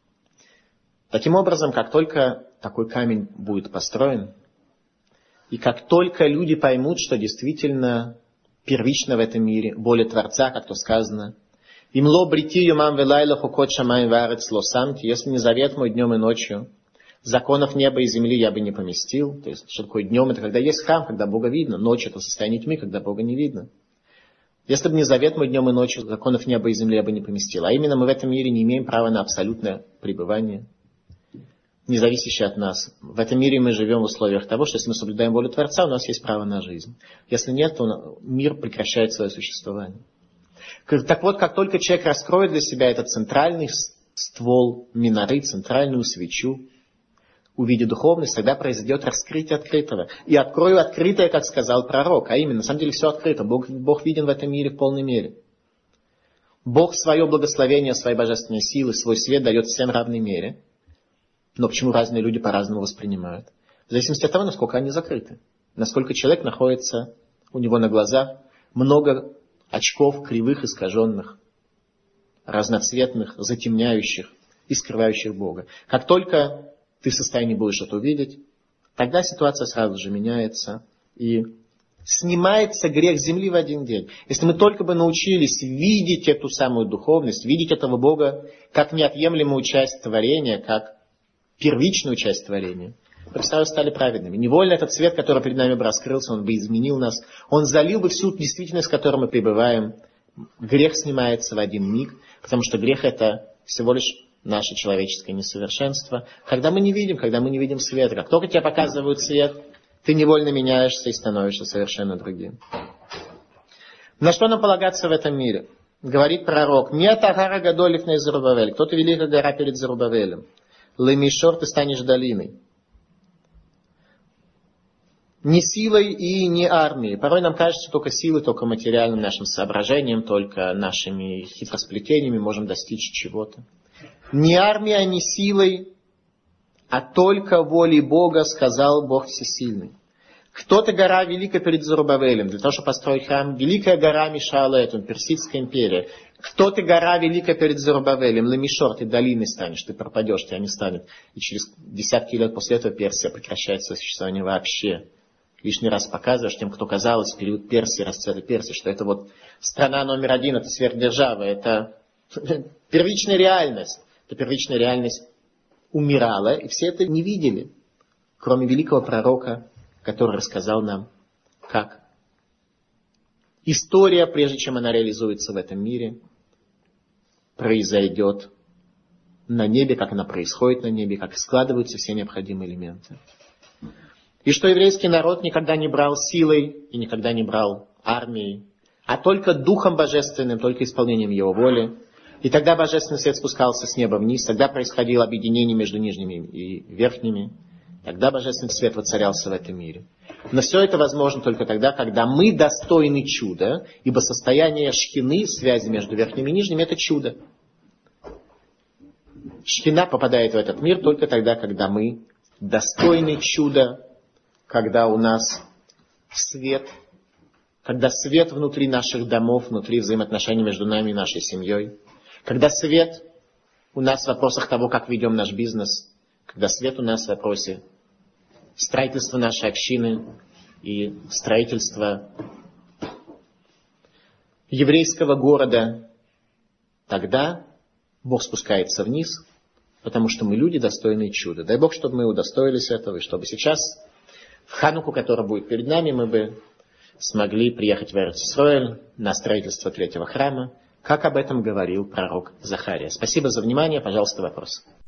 Таким образом, как только такой камень будет построен, и как только люди поймут, что действительно первично в этом мире воля Творца, как то сказано, «Имло брити юмам велайла хукот шамаем варец лосамти», если не завет мой днем и ночью, законов неба и земли я бы не поместил. То есть, что такое днем? Это когда есть храм, когда Бога видно. Ночь — это состояние тьмы, когда Бога не видно. Если бы не завет мой днем и ночью, законов неба и земли я бы не поместил. А именно мы в этом мире не имеем права на абсолютное пребывание, не зависящее от нас. В этом мире мы живем в условиях того, что если мы соблюдаем волю Творца, у нас есть право на жизнь. Если нет, то мир прекращает свое существование. Так вот, как только человек раскроет для себя этот центральный ствол миноры, центральную свечу, увидит духовность, тогда произойдет раскрытие открытого. И открою открытое, как сказал пророк. А именно, на самом деле все открыто. Бог, Бог виден в этом мире в полной мере. Бог свое благословение, свои божественные силы, свой свет дает всем в равной мере. Но почему разные люди по-разному воспринимают? В зависимости от того, насколько они закрыты. Насколько человек находится у него на глазах, много очков кривых, искаженных, разноцветных, затемняющих и скрывающих Бога. Как только ты в состоянии будешь это увидеть, тогда ситуация сразу же меняется и снимается грех земли в один день. Если мы только бы научились видеть эту самую духовность, видеть этого Бога как неотъемлемую часть творения, как первичную часть творения, мы сразу стали праведными. Невольно этот свет, который перед нами бы раскрылся, он бы изменил нас. Он залил бы всю действительность, в которой мы пребываем. Грех снимается в один миг, потому что грех — это всего лишь наше человеческое несовершенство. Когда мы не видим, когда мы не видим света, как только тебе показывают свет, ты невольно меняешься и становишься совершенно другим. На что нам полагаться в этом мире? Говорит пророк: «Нет агара гадолев на Зарубавель». Кто-то великая гора перед Зарубавелем. лемишор ты станешь долиной. Не силой и не армией. Порой нам кажется, только силой, только материальным нашим соображением, только нашими хитросплетениями можем достичь чего-то. Не армией, не силой, а только волей Бога, сказал Бог Всесильный. Кто-то гора великая перед Зарубавелем, для того, чтобы построить храм. Великая гора Мишалетун, Персидская империя. Кто-то гора великая перед Зарубавелем, Лемишор, ты долиной станешь, ты пропадешь, тебя не станет. И через десятки лет после этого Персия прекращает свое существование вообще. Лишний раз показываешь тем, кто казалось в период Персии, расцвета Персии, что это вот страна номер один, это сверхдержава, это первичная реальность. Это первичная реальность умирала, и все это не видели, кроме великого пророка, который рассказал нам, как история, прежде чем она реализуется в этом мире, произойдет на небе, как она происходит на небе, как складываются все необходимые элементы. И что еврейский народ никогда не брал силой и никогда не брал армией, а только Духом Божественным, только исполнением Его воли. И тогда Божественный свет спускался с неба вниз, тогда происходило объединение между нижними и верхними, тогда Божественный свет воцарялся в этом мире. Но все это возможно только тогда, когда мы достойны чуда, ибо состояние шхины, связи между верхними и нижними, это чудо. Шхина попадает в этот мир только тогда, когда мы достойны чуда, когда у нас свет, когда свет внутри наших домов, внутри взаимоотношений между нами и нашей семьей, когда свет у нас в вопросах того, как ведем наш бизнес, когда свет у нас в вопросе строительства нашей общины и строительства еврейского города, тогда Бог спускается вниз, потому что мы люди, достойные чуда. Дай Бог, чтобы мы удостоились этого, и чтобы сейчас, в Хануку, которая будет перед нами, мы бы смогли приехать в Эрец-Исроэль на строительство третьего храма, как об этом говорил пророк Захария. Спасибо за внимание. Пожалуйста, вопросы.